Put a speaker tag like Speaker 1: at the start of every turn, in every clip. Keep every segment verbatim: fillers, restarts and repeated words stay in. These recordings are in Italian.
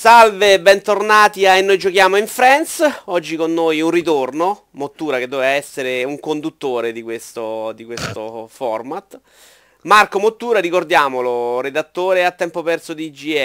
Speaker 1: Salve, bentornati a E Noi Giochiamo in Friends. Oggi con noi un ritorno, Mottura che doveva essere un conduttore di questo, di questo format. Marco Mottura, ricordiamolo, redattore a tempo perso di I G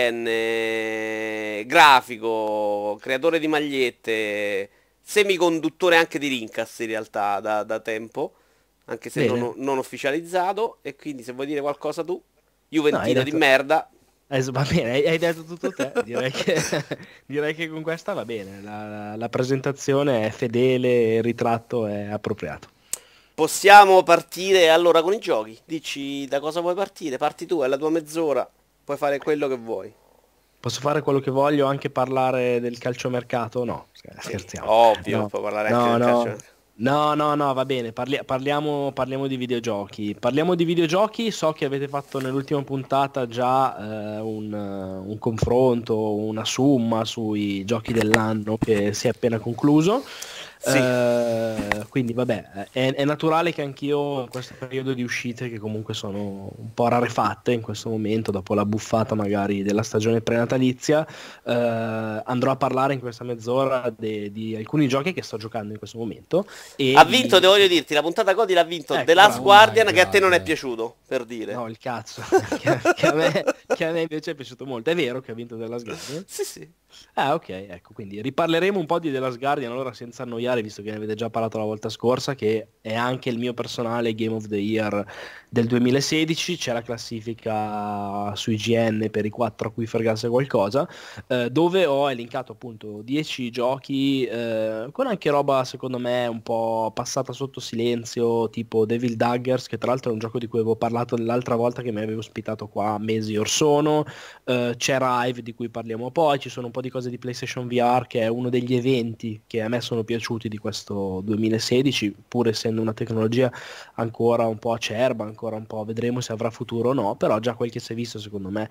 Speaker 1: N, grafico, creatore di magliette, semiconduttore anche di Rincast in realtà da, da tempo, anche se non,
Speaker 2: Bene,
Speaker 1: non ufficializzato. E quindi se vuoi dire qualcosa tu,
Speaker 2: no, hai
Speaker 1: Juventino di
Speaker 2: detto,
Speaker 1: merda.
Speaker 2: eh, va bene, hai, hai detto tutto te, direi che, direi che con questa va bene, la, la presentazione è fedele, il ritratto è appropriato.
Speaker 1: Possiamo partire allora con i giochi. Dici da cosa vuoi partire? Parti tu, è la tua mezz'ora. Puoi fare quello che vuoi.
Speaker 2: Posso fare quello che voglio, anche parlare del calciomercato? No,
Speaker 1: Sì,
Speaker 2: scherziamo.
Speaker 1: ovvio,
Speaker 2: No,
Speaker 1: puoi parlare anche
Speaker 2: no,
Speaker 1: del calcio.
Speaker 2: no, no, no, no, va bene, parli- parliamo, parliamo di videogiochi. Parliamo di videogiochi, so che avete fatto nell'ultima puntata già eh, un, eh, un confronto, una summa sui giochi dell'anno che si è appena concluso.
Speaker 1: Sì.
Speaker 2: Eh, quindi vabbè, è, è naturale che anch'io in questo periodo di uscite che comunque sono un po' rarefatte in questo momento, dopo la buffata magari della stagione prenatalizia, eh, andrò a parlare in questa mezz'ora de- di alcuni giochi che sto giocando in questo momento e
Speaker 1: Ha vinto,
Speaker 2: vi...
Speaker 1: te voglio dirti, la puntata Cody l'ha vinto The
Speaker 2: Ecco,
Speaker 1: Last
Speaker 2: bravo.
Speaker 3: Oh my
Speaker 1: Guardian che a te non è
Speaker 3: god.
Speaker 1: piaciuto, per dire.
Speaker 2: No, il cazzo, che, che a me, che a me invece è piaciuto molto. È vero che ha vinto della Guardian?
Speaker 1: Sì, sì.
Speaker 2: Ah, ok, ecco, quindi riparleremo un po' di The Last Guardian, allora senza annoiare, visto che ne avete già parlato la volta scorsa, che è anche il mio personale Game of the Year del duemilasedici, c'è la classifica su I G N per i quattro a cui fregasse qualcosa, eh, dove ho elencato appunto dieci giochi, eh, con anche roba secondo me un po' passata sotto silenzio, tipo Devil Daggers, che tra l'altro è un gioco di cui avevo parlato l'altra volta che mi avevo ospitato qua mesi or sono. Eh, c'è Rive di cui parliamo poi, ci sono un po' di cose di PlayStation V R che è uno degli eventi che a me sono piaciuti di questo duemilasedici, pur essendo una tecnologia ancora un po' acerba, ancora un po' vedremo se avrà futuro o no, però già quel che si è visto secondo me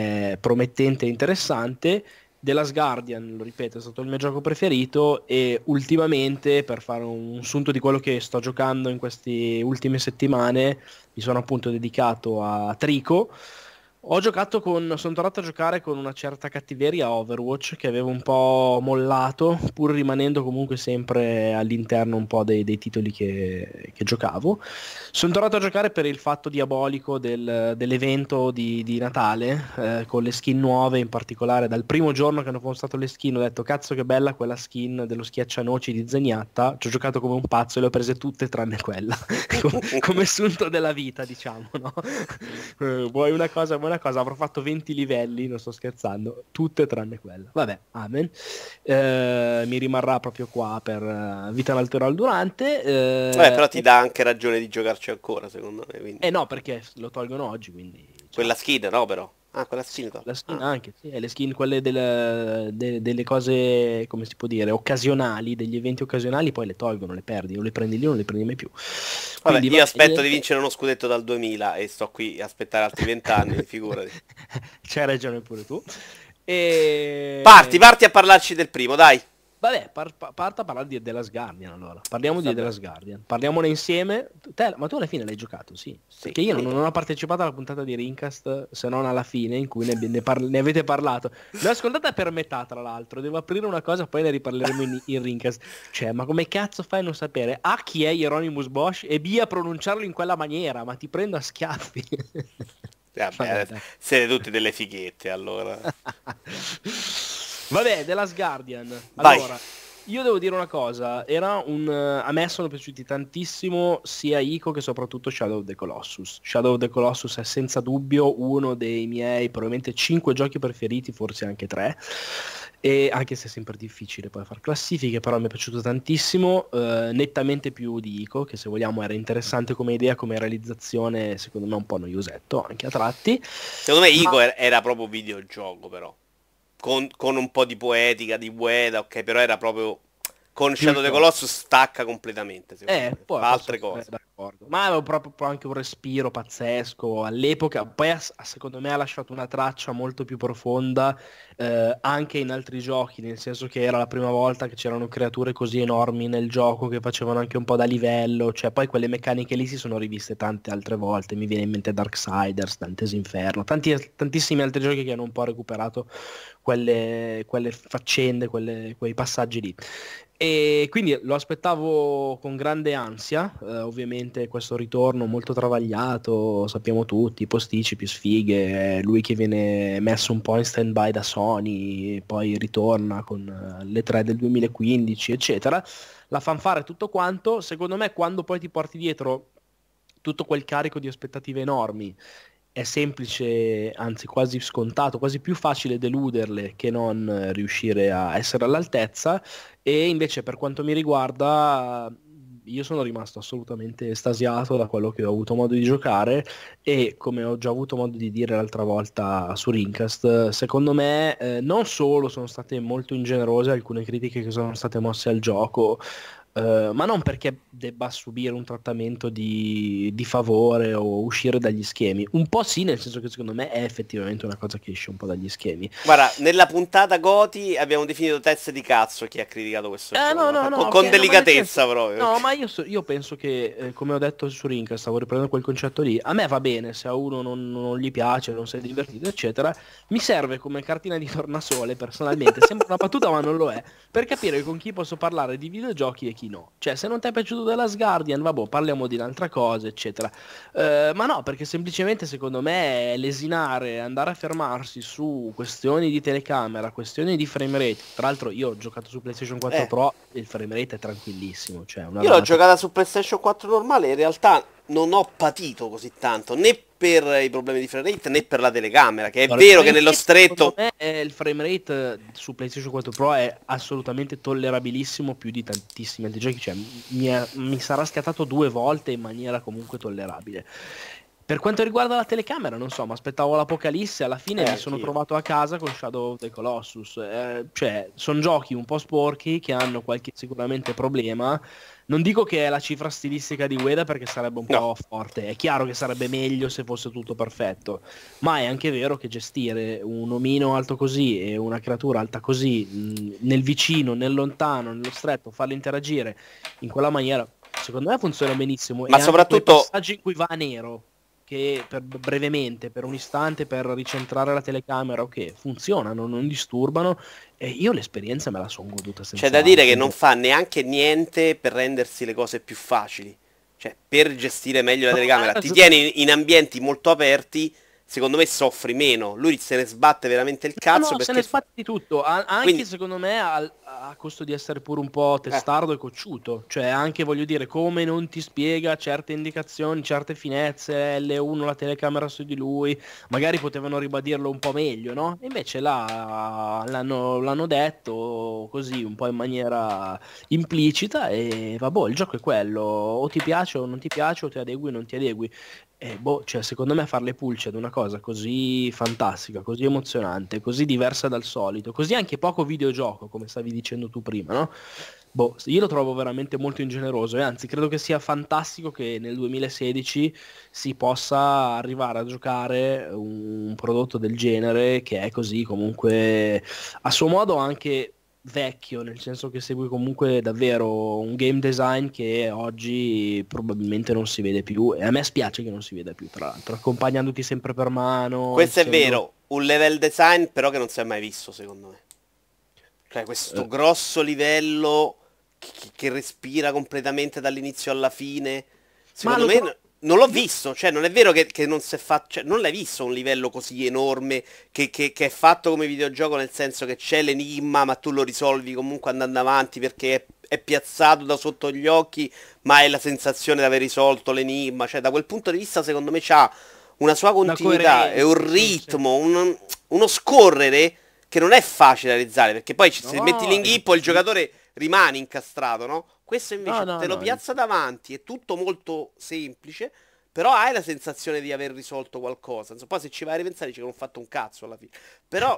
Speaker 2: è promettente e interessante. The Last Guardian, lo ripeto, è stato il mio gioco preferito e ultimamente, per fare un sunto di quello che sto giocando in queste ultime settimane, mi sono appunto dedicato a Trico. Ho giocato con, sono tornato a giocare con una certa cattiveria a Overwatch che avevo un po' mollato, pur rimanendo comunque sempre all'interno un po' dei, dei titoli che, che giocavo. Sono tornato a giocare per il fatto diabolico del- dell'evento di, di Natale, eh, con le skin nuove, in particolare dal primo giorno che hanno postato le skin, ho detto cazzo che bella quella skin dello schiaccianoci di Zenyatta, ci ho giocato come un pazzo e le ho prese tutte tranne quella, Com- come sunto della vita, diciamo, no? Eh, vuoi una cosa, vuoi una cosa, avrò fatto venti livelli, non sto scherzando, tutte tranne quella. Vabbè, amen. Eh, mi rimarrà proprio qua per eh, vita natural durante.
Speaker 1: Vabbè,
Speaker 2: Eh,
Speaker 1: però ti dà anche ragione di giocarci ancora, secondo me, quindi.
Speaker 2: eh no, perché lo tolgono oggi, quindi
Speaker 1: Quella
Speaker 2: ciao.
Speaker 1: skin, no, però. Ah, quella skin,
Speaker 2: Sì,
Speaker 1: to-
Speaker 2: la skin
Speaker 1: ah.
Speaker 2: anche, sì, e le skin quelle del- de- delle cose, come si può dire, occasionali, degli eventi occasionali, poi le tolgono, le perdi, o le prendi lì o non le prendi mai più.
Speaker 1: Vabbè,
Speaker 2: Quindi
Speaker 1: io
Speaker 2: vabbè,
Speaker 1: aspetto di
Speaker 2: niente.
Speaker 1: vincere uno scudetto dal duemila e sto qui a aspettare altri venti anni, figurati.
Speaker 2: C'hai ragione pure tu. E
Speaker 1: Parti, parti a parlarci del primo, dai.
Speaker 2: vabbè, par- pa- parta a parlare di The Last Guardian allora. Parliamo di The
Speaker 1: Vabbè,
Speaker 2: Last Guardian. Parliamone insieme. Te- ma tu alla fine l'hai giocato, sì.
Speaker 1: sì,
Speaker 2: Perché io non,
Speaker 1: mi-
Speaker 2: non ho partecipato alla puntata di Rincast, se non alla fine, in cui ne, ne par- ne avete parlato. L'ho ascoltata per metà, tra l'altro. Devo aprire una cosa, poi ne riparleremo in, in Rincast. Cioè, ma come cazzo fai a non sapere A chi è Hieronymus Bosch e B a pronunciarlo in quella maniera? Ma ti prendo a schiaffi. Vabbè,
Speaker 1: Vabbè,
Speaker 2: dai.
Speaker 1: siete tutti delle fighette, allora.
Speaker 2: Vabbè, The Last Guardian.
Speaker 1: Vai.
Speaker 2: Allora, io devo dire una cosa, era un, eh, a me sono piaciuti tantissimo sia Ico che soprattutto Shadow of the Colossus. Shadow of the Colossus è senza dubbio uno dei miei probabilmente cinque giochi preferiti, forse anche tre. E anche se è sempre difficile poi fare classifiche, però mi è piaciuto tantissimo, eh, nettamente più di Ico, che se vogliamo era interessante come idea, come realizzazione, secondo me un po' noiosetto anche a tratti.
Speaker 1: Secondo me
Speaker 2: Ma
Speaker 1: Ico er- era proprio videogioco, però. Con, con un po' di poetica, di poeta, ok, però era proprio con
Speaker 2: più
Speaker 1: Shadow of the
Speaker 2: gioco.
Speaker 1: Colossus stacca completamente, secondo
Speaker 2: Eh,
Speaker 1: me.
Speaker 2: poi
Speaker 1: Fa
Speaker 2: posso
Speaker 1: altre
Speaker 2: essere
Speaker 1: cose.
Speaker 2: d'accordo. Ma aveva proprio proprio anche un respiro pazzesco all'epoca. Poi ha- ha- secondo me ha lasciato una traccia molto più profonda eh, anche in altri giochi, nel senso che era la prima volta che c'erano creature così enormi nel gioco che facevano anche un po' da livello. Cioè, poi quelle meccaniche lì si sono riviste tante altre volte. Mi viene in mente Darksiders, Dante's Inferno, tanti, tantissimi altri giochi che hanno un po' recuperato quelle, quelle faccende, quelle- quei passaggi lì. E quindi lo aspettavo con grande ansia, eh, ovviamente questo ritorno molto travagliato, sappiamo tutti, posticipi, sfighe, lui che viene messo un po' in stand-by da Sony, poi ritorna con eh, le tre del duemilaquindici, eccetera. La fanfara e tutto quanto, secondo me quando poi ti porti dietro tutto quel carico di aspettative enormi è semplice, anzi quasi scontato, quasi più facile deluderle che non eh, riuscire a essere all'altezza. E invece per quanto mi riguarda, io sono rimasto assolutamente estasiato da quello che ho avuto modo di giocare e come ho già avuto modo di dire l'altra volta su Rincast, secondo me eh, non solo sono state molto ingenerose alcune critiche che sono state mosse al gioco, eh, ma non perché debba subire un trattamento di, di favore o uscire dagli schemi. Un po' sì, nel senso che secondo me è effettivamente una cosa che esce un po' dagli schemi.
Speaker 1: Guarda, nella puntata Goti abbiamo definito teste di cazzo chi ha criticato questo
Speaker 2: Eh,
Speaker 1: gioco,
Speaker 2: no,
Speaker 1: ma
Speaker 2: no,
Speaker 1: fa-
Speaker 2: no,
Speaker 1: con,
Speaker 2: ok,
Speaker 1: con
Speaker 2: no, ma nel
Speaker 1: delicatezza
Speaker 2: senso,
Speaker 1: proprio.
Speaker 2: no,
Speaker 1: Perché...
Speaker 2: ma io, so- io penso che, eh, come ho detto su Rinca, stavo riprendendo quel concetto lì, a me va bene se a uno non, non gli piace, non si è divertito, eccetera, mi serve come cartina di tornasole, personalmente, sembra una battuta ma non lo è, per capire con chi posso parlare di videogiochi e chi no. Cioè, se non ti è piaciuto The Last Guardian, vabbè, parliamo di un'altra cosa, eccetera. Eh, ma no, perché semplicemente secondo me lesinare, andare a fermarsi su questioni di telecamera, questioni di frame rate. Tra l'altro io ho giocato su PlayStation quattro
Speaker 1: Eh,
Speaker 2: Pro e il frame rate è tranquillissimo, cioè una
Speaker 1: io l'ho
Speaker 2: roba te-
Speaker 1: giocata su PlayStation quattro normale, in realtà non ho patito così tanto, né per i problemi di frame rate né per la telecamera, che è
Speaker 2: Allora, il
Speaker 1: vero che
Speaker 2: frame
Speaker 1: nello
Speaker 2: rate, secondo
Speaker 1: stretto...
Speaker 2: me eh, il frame rate eh, su PlayStation quattro Pro è assolutamente tollerabilissimo più di tantissimi altri giochi, cioè mi, è- mi sarà scattato due volte in maniera comunque tollerabile. Per quanto riguarda la telecamera, non so, mi aspettavo l'Apocalisse, alla fine
Speaker 1: Eh,
Speaker 2: mi sono
Speaker 1: anch'io.
Speaker 2: trovato a casa con Shadow of the Colossus. Eh, cioè, sono giochi un po' sporchi che hanno qualche sicuramente problema. Non dico che è la cifra stilistica di Ueda perché sarebbe un
Speaker 1: No.
Speaker 2: po' forte. È chiaro che sarebbe meglio se fosse tutto perfetto, ma è anche vero che gestire un omino alto così e una creatura alta così, mh, nel vicino, nel lontano, nello stretto, farli interagire in quella maniera, secondo me funziona benissimo.
Speaker 1: Ma
Speaker 2: E anche quei
Speaker 1: soprattutto...
Speaker 2: passaggi in cui va a nero che per, brevemente, per un istante, per ricentrare la telecamera, ok, funzionano, non disturbano, e io l'esperienza me la sono goduta
Speaker 1: C'è da dire
Speaker 2: senza
Speaker 1: che non
Speaker 2: alcun...
Speaker 1: fa neanche niente per rendersi le cose più facili. Cioè, per gestire meglio la
Speaker 2: No,
Speaker 1: telecamera,
Speaker 2: eh,
Speaker 1: ti
Speaker 2: s-
Speaker 1: tieni in ambienti molto aperti, secondo me soffri meno. Lui se ne sbatte veramente il
Speaker 2: No,
Speaker 1: cazzo
Speaker 2: no, se ne
Speaker 1: perché... fa-
Speaker 2: sbatti di tutto, a- anche
Speaker 1: Quindi...
Speaker 2: secondo me al- a, costo di essere pure un po'
Speaker 1: Eh.
Speaker 2: testardo e cocciuto, cioè anche voglio dire come non ti spiega certe indicazioni, certe finezze, L uno la telecamera su di lui, magari potevano ribadirlo un po' meglio, no? E invece là l'hanno l'hanno detto così un po' in maniera implicita e vabbè, il gioco è quello, o ti piace o non ti piace, o ti adegui o non ti adegui. E boh, cioè, secondo me far le pulce ad una cosa così fantastica, così emozionante, così diversa dal solito, così anche poco videogioco, come stavi dicendo tu prima, no? Boh, io lo trovo veramente molto ingeneroso e anzi credo che sia fantastico che nel duemilasedici si possa arrivare a giocare un prodotto del genere che è così comunque a suo modo anche vecchio, nel senso che segue comunque davvero un game design che oggi probabilmente non si vede più e a me spiace che non si veda più, tra l'altro, accompagnandoti sempre per mano,
Speaker 1: Questo è
Speaker 2: essendo...
Speaker 1: vero, un level design però che non si è mai visto, secondo me. Cioè, questo
Speaker 2: eh,
Speaker 1: grosso livello che, che respira completamente dall'inizio alla fine.
Speaker 2: ma
Speaker 1: Secondo
Speaker 2: lo
Speaker 1: me
Speaker 2: trovo...
Speaker 1: n- non l'ho
Speaker 2: Io...
Speaker 1: visto. Cioè, non è vero che, che non si è fatto. Cioè, non l'hai visto un livello così enorme che, che- che è fatto come videogioco, nel senso che c'è l'enigma, ma tu lo risolvi comunque andando avanti perché è, è piazzato da sotto gli occhi, ma hai la sensazione di aver risolto l'enigma. Cioè, da quel punto di vista, secondo me, c'ha una sua
Speaker 2: Una
Speaker 1: continuità e un
Speaker 2: coerenza, sì, sì.
Speaker 1: ritmo, un- uno scorrere che non è facile da realizzare, perché poi ci- se metti
Speaker 2: No, è
Speaker 1: l'inghippo il
Speaker 2: difficile.
Speaker 1: giocatore rimane incastrato, no? Questo
Speaker 2: No,
Speaker 1: invece
Speaker 2: no,
Speaker 1: te lo
Speaker 2: no, è
Speaker 1: piazza
Speaker 2: difficile.
Speaker 1: davanti, è tutto molto semplice, però hai la sensazione di aver risolto qualcosa. Insomma, poi se ci vai a ripensare dici che non ho fatto un cazzo alla fine. Però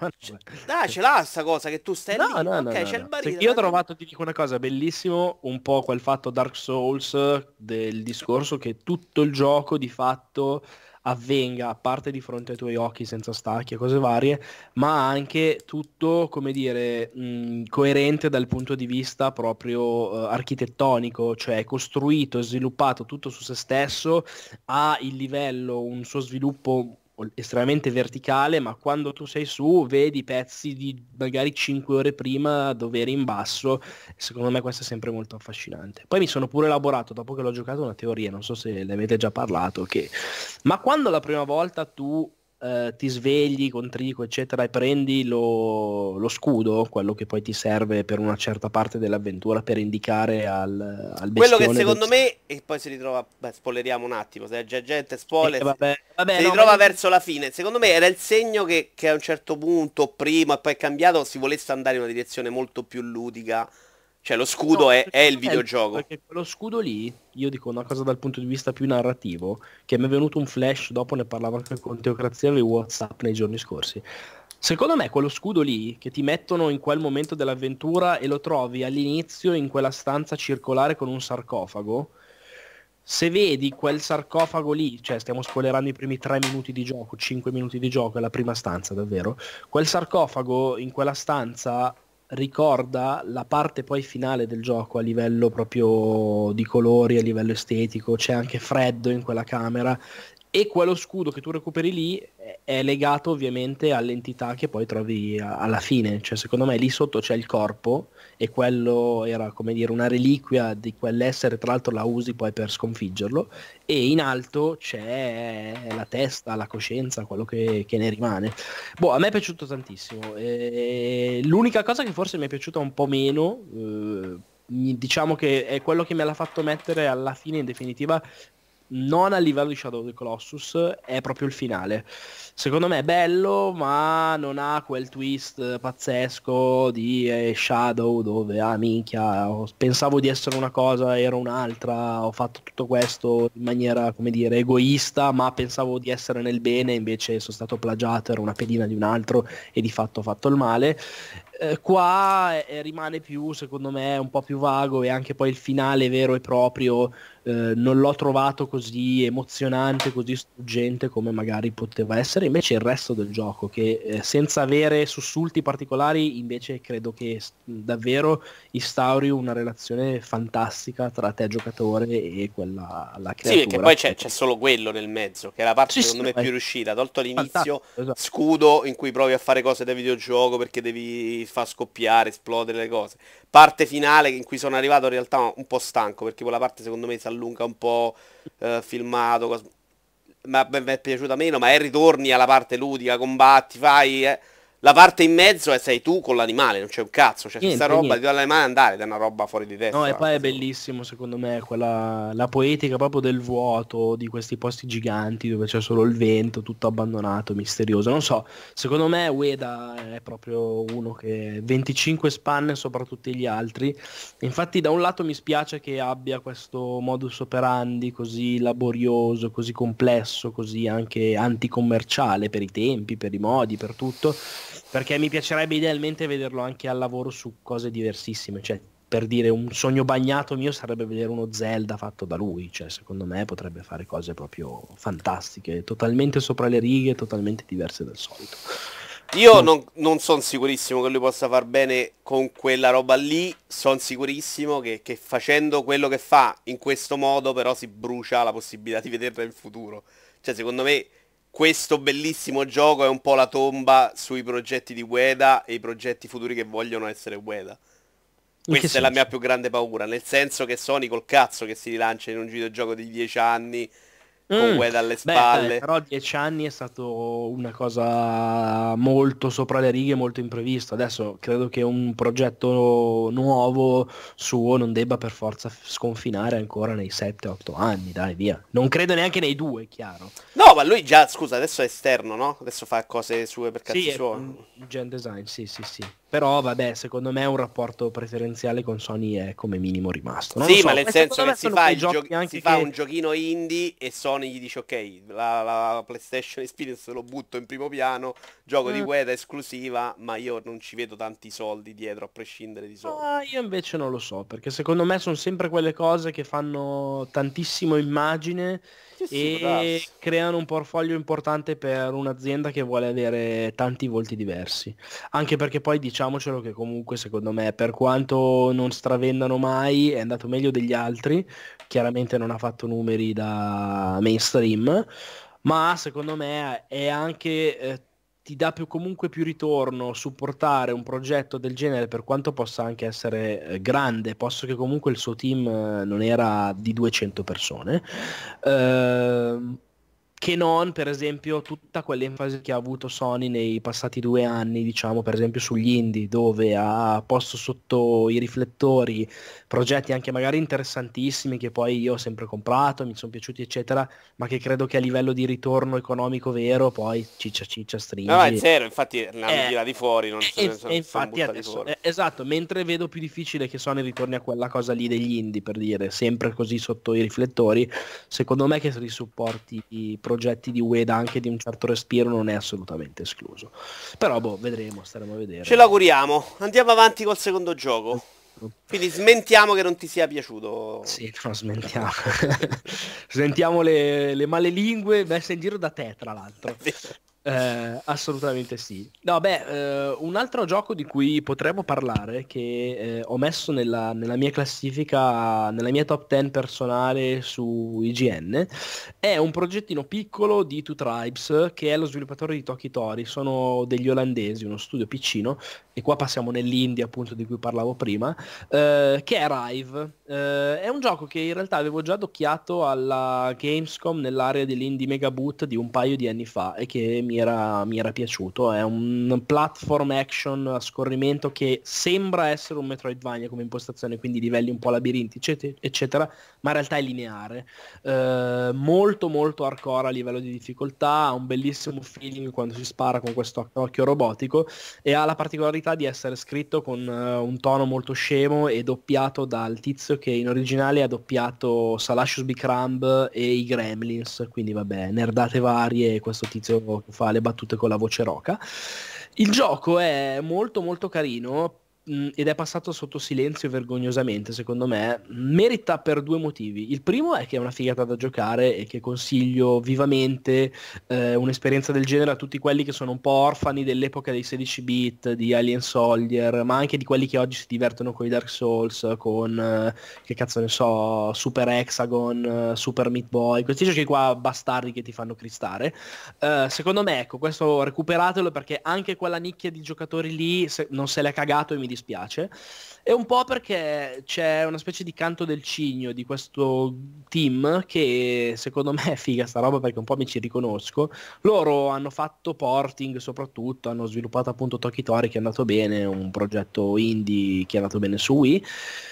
Speaker 2: Ma
Speaker 1: C-
Speaker 2: no,
Speaker 1: Ah, ce l'ha sta cosa che tu stai
Speaker 2: no,
Speaker 1: lì.
Speaker 2: no, no,
Speaker 1: Ok,
Speaker 2: no,
Speaker 1: c'è il
Speaker 2: no.
Speaker 1: barile.
Speaker 2: Perché io ho
Speaker 1: Ma...
Speaker 2: trovato, ti dico una cosa, bellissimo, un po' quel fatto Dark Souls del discorso che tutto il gioco di fatto avvenga, a parte di fronte ai tuoi occhi senza stacchi e cose varie, ma anche tutto, come dire, mh, coerente dal punto di vista proprio eh, architettonico, cioè è costruito e sviluppato tutto su se stesso, ha il livello, un suo sviluppo estremamente verticale, ma quando tu sei su vedi pezzi di magari cinque ore prima dove eri in basso. Secondo me questo è sempre molto affascinante. Poi mi sono pure elaborato, dopo che l'ho giocato, una teoria, non so se ne avete già parlato, che ma quando la prima volta tu eh, ti svegli con Trico, eccetera, e prendi lo, lo scudo, quello che poi ti serve per una certa parte dell'avventura per indicare al, al
Speaker 1: Quello che
Speaker 2: bestione del...
Speaker 1: secondo me, e poi si ritrova, beh, spoileriamo un attimo, se c'è gente,
Speaker 2: Eh,
Speaker 1: spoiler, si,
Speaker 2: vabbè, vabbè,
Speaker 1: si
Speaker 2: no, ma
Speaker 1: ritrova
Speaker 2: io ti-
Speaker 1: verso la fine. Secondo me era il segno che, che a un certo punto, prima e poi è cambiato, si volesse andare in una direzione molto più ludica. Cioè lo
Speaker 2: no,
Speaker 1: scudo è, è il
Speaker 2: secondo me il punto è
Speaker 1: videogioco.
Speaker 2: che quello scudo lì, io dico una cosa dal punto di vista più narrativo, che mi è venuto un flash, dopo ne parlavo anche con Teocrazia e WhatsApp nei giorni scorsi. Secondo me quello scudo lì, che ti mettono in quel momento dell'avventura e lo trovi all'inizio in quella stanza circolare con un sarcofago, se vedi quel sarcofago lì, cioè stiamo spoilerando i primi tre minuti di gioco, cinque minuti di gioco, è la prima stanza davvero, quel sarcofago in quella stanza ricorda la parte poi finale del gioco a livello proprio di colori, a livello estetico, c'è anche freddo in quella camera e quello scudo che tu recuperi lì è è legato ovviamente all'entità che poi trovi a- alla fine, cioè secondo me lì sotto c'è il corpo e quello era come dire una reliquia di quell'essere, tra l'altro la usi poi per sconfiggerlo e in alto c'è la testa, la coscienza, quello che, che ne rimane. Boh, a me è piaciuto tantissimo. E l'unica cosa che forse mi è piaciuta un po' meno, eh, mi- diciamo che è quello che me l'ha fatto mettere alla fine in definitiva, non a livello di Shadow of the Colossus, è proprio il finale. Secondo me è bello, ma non ha quel twist pazzesco di eh, Shadow dove, ah minchia, ho- pensavo di essere una cosa, ero un'altra, ho fatto tutto questo in maniera, come dire, egoista, ma pensavo di essere nel bene, invece sono stato plagiato, ero una pedina di un altro e di fatto ho fatto il male. Eh, qua eh, rimane più, secondo me, un po' più vago e anche poi il finale vero e proprio eh, non l'ho trovato così emozionante, così struggente come magari poteva essere. Invece il resto del gioco, che eh, senza avere sussulti particolari, invece credo che s- davvero instauri una relazione fantastica tra te giocatore e quella, la
Speaker 1: Sì, perché
Speaker 2: creatura.
Speaker 1: poi c'è c'è solo quello nel mezzo, che è la parte
Speaker 2: Sì,
Speaker 1: secondo
Speaker 2: sì,
Speaker 1: me
Speaker 2: ma
Speaker 1: più
Speaker 2: è
Speaker 1: riuscita, tolto all'inizio,
Speaker 2: fantastico, esatto.
Speaker 1: scudo in cui provi a fare cose da videogioco perché devi far scoppiare, esplodere le cose. Parte finale in cui sono arrivato in realtà un po' stanco, perché quella parte secondo me si allunga un po', eh, filmato, cos- ma mi è piaciuta meno, ma è ritorni alla parte ludica, combatti, fai... eh. La parte in mezzo è sei tu con l'animale, non c'è un cazzo, cioè c'è sta
Speaker 2: Niente,
Speaker 1: roba, ti
Speaker 2: niente.
Speaker 1: do l'animale andare, ed è una roba fuori di
Speaker 2: No, e
Speaker 1: testa,
Speaker 2: poi è
Speaker 1: quasi.
Speaker 2: bellissimo, secondo me, quella, la poetica proprio del vuoto, di questi posti giganti dove c'è solo il vento, tutto abbandonato, misterioso. Non so, secondo me Ueda è proprio uno che venticinque spanne sopra tutti gli altri. Infatti, da un lato mi spiace che abbia questo modus operandi così laborioso, così complesso, così anche anticommerciale per i tempi, per i modi, per tutto, perché mi piacerebbe idealmente vederlo anche al lavoro su cose diversissime, cioè per dire un sogno bagnato mio sarebbe vedere uno Zelda fatto da lui, cioè secondo me potrebbe fare cose proprio fantastiche, totalmente sopra le righe, totalmente diverse dal solito.
Speaker 1: Io
Speaker 2: Non so.
Speaker 1: non, non sono sicurissimo che lui possa far bene con quella roba lì. Sono sicurissimo che, che facendo quello che fa in questo modo, però si brucia la possibilità di vederla in futuro. Cioè, secondo me, questo bellissimo gioco è un po' la tomba sui progetti di Ueda e i progetti futuri che vogliono essere Ueda.
Speaker 2: In che
Speaker 1: Questa è la mia
Speaker 2: senso?
Speaker 1: più grande paura. Nel senso che Sony col cazzo che si rilancia in un videogioco di dieci anni con
Speaker 2: Mm,
Speaker 1: Ueda alle
Speaker 2: beh, dai,
Speaker 1: spalle.
Speaker 2: però dieci anni è stato una cosa molto sopra le righe, molto imprevista. Adesso credo che un progetto nuovo suo non debba per forza f- sconfinare ancora nei sette otto anni, dai, via. Non credo neanche nei due, chiaro.
Speaker 1: No, ma lui già, scusa, adesso è esterno, no? Adesso fa cose sue per
Speaker 2: Sì,
Speaker 1: cazzi
Speaker 2: è
Speaker 1: suoi.
Speaker 2: un gen design, sì, sì, sì. Però vabbè, secondo me un rapporto preferenziale con Sony è come minimo rimasto. Non lo
Speaker 1: Sì, ma
Speaker 2: so,
Speaker 1: nel
Speaker 2: poi
Speaker 1: senso
Speaker 2: secondo
Speaker 1: che
Speaker 2: me
Speaker 1: si
Speaker 2: sono
Speaker 1: fa,
Speaker 2: quei
Speaker 1: il gio-
Speaker 2: giochi
Speaker 1: si
Speaker 2: anche
Speaker 1: fa
Speaker 2: che...
Speaker 1: un giochino indie e Sony Sony gli dice ok, la, la PlayStation Experience lo butto in primo piano, gioco di
Speaker 2: Eh,
Speaker 1: Ueda esclusiva, ma io non ci vedo tanti soldi dietro, a prescindere di Sony.
Speaker 2: ah, io invece non lo so, perché secondo me sono sempre quelle cose che fanno tantissimo immagine
Speaker 1: Sì, sì, può
Speaker 2: e
Speaker 1: darsi.
Speaker 2: creano un portfolio importante per un'azienda che vuole avere tanti volti diversi. Anche perché poi diciamocelo che comunque secondo me, per quanto non stravendano mai, è andato meglio degli altri. Chiaramente non ha fatto numeri da mainstream, ma secondo me è anche... eh, ti dà più, comunque più ritorno supportare un progetto del genere per quanto possa anche essere eh, grande, posto che comunque il suo team eh, non era di duecento persone, ehm, che non per esempio tutta quell'enfasi che ha avuto Sony nei passati due anni, diciamo per esempio sugli indie, dove ha posto sotto i riflettori progetti anche magari interessantissimi che poi io ho sempre comprato, mi sono piaciuti eccetera, ma che credo che a livello di ritorno economico vero, poi ciccia ciccia
Speaker 1: No, no, è
Speaker 2: stringi.
Speaker 1: zero, infatti ne hanno
Speaker 2: Eh,
Speaker 1: tirati fuori, non se
Speaker 2: e,
Speaker 1: ne
Speaker 2: e
Speaker 1: sono, sono
Speaker 2: infatti
Speaker 1: buttati
Speaker 2: adesso,
Speaker 1: fuori.
Speaker 2: eh, esatto, mentre vedo più difficile che Sony ritorni a quella cosa lì degli indie, per dire, sempre così sotto i riflettori, secondo me che si supporti i progetti di Ueda anche di un certo respiro non è assolutamente escluso. Però boh, vedremo, staremo a
Speaker 1: Ce
Speaker 2: vedere.
Speaker 1: l'auguriamo. Andiamo avanti col secondo gioco. Quindi smentiamo che non ti sia piaciuto.
Speaker 2: Sì, no, smentiamo. Sentiamo le, le male lingue messe in giro da te, tra l'altro. Eh, assolutamente sì. No, beh, eh, un altro gioco di cui potremmo parlare, che eh, ho messo nella, nella mia classifica, nella mia top dieci personale su I G N, è un progettino piccolo di Two Tribes, che è lo sviluppatore di Toki Tori. Sono degli olandesi, uno studio piccino, e qua passiamo nell'indie appunto di cui parlavo prima, eh, che è Rive. Eh, è un gioco che in realtà avevo già adocchiato alla Gamescom nell'area dell'Indie Mega Boot di un paio di anni fa e che mi era, mi era piaciuto. È un platform action a scorrimento che sembra essere un Metroidvania come impostazione, quindi livelli un po' labirinti, eccetera, eccetera, ma in realtà è lineare. Eh, molto molto hardcore a livello di difficoltà, ha un bellissimo feeling quando si spara con questo occhio robotico e ha la particolarità di essere scritto con eh, un tono molto scemo e doppiato dal tizio che in originale ha doppiato Salacious Bicramb e i Gremlins, quindi vabbè, nerdate varie, questo tizio che fa le battute con la voce roca. Il gioco è molto molto carino, mh, ed è passato sotto silenzio vergognosamente, secondo me. Merita per due motivi. Il primo è che è una figata da giocare e che consiglio vivamente eh, un'esperienza del genere a tutti quelli che sono un po' orfani dell'epoca dei sedici bit, di Alien Soldier, ma anche di quelli che oggi si divertono con i Dark Souls, con, eh, che cazzo ne so, Super Hexagon, eh, Super Meat Boy, questi giochi qua bastardi che ti fanno cristare. Eh, secondo me, ecco, questo recuperatelo perché anche quella nicchia di giocatori lì se- non se l'è cagato e mi dispiace. E un po' perché c'è una specie di canto del cigno di questo team che secondo me è figa sta roba perché un po' mi ci riconosco. Loro hanno fatto porting soprattutto, hanno sviluppato appunto Toki Tori che è andato bene, un progetto indie che è andato bene su Wii,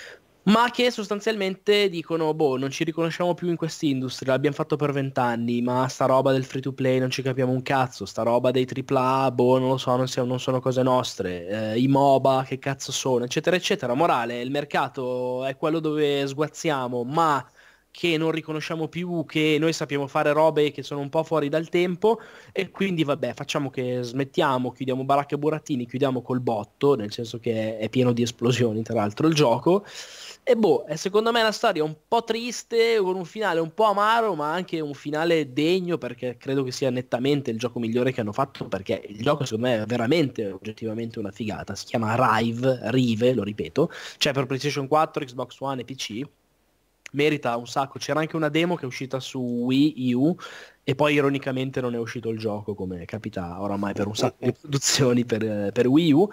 Speaker 2: ma che sostanzialmente dicono, boh, non ci riconosciamo più in quest'industria, l'abbiamo fatto per vent'anni, ma sta roba del free to play non ci capiamo un cazzo, sta roba dei tripla A, boh, non lo so, non, siamo- non sono cose nostre, eh, i MOBA, che cazzo sono, eccetera, eccetera. Morale, il mercato è quello dove sguazziamo, ma che non riconosciamo più, che noi sappiamo fare robe che sono un po' fuori dal tempo e quindi vabbè, facciamo che smettiamo, chiudiamo baracche e burattini, chiudiamo col botto, nel senso che è pieno di esplosioni, tra l'altro, il gioco. E boh, è secondo me una storia un po' triste, con un finale un po' amaro, ma anche un finale degno, perché credo che sia nettamente il gioco migliore che hanno fatto, perché il gioco secondo me è veramente, oggettivamente una figata. Si chiama Rive, Rive, lo ripeto, c'è per PlayStation quattro, Xbox One e P C. Merita un sacco. C'era anche una demo che è uscita su Wii U e poi ironicamente non è uscito il gioco, come capita oramai per un sacco di produzioni per, per Wii U.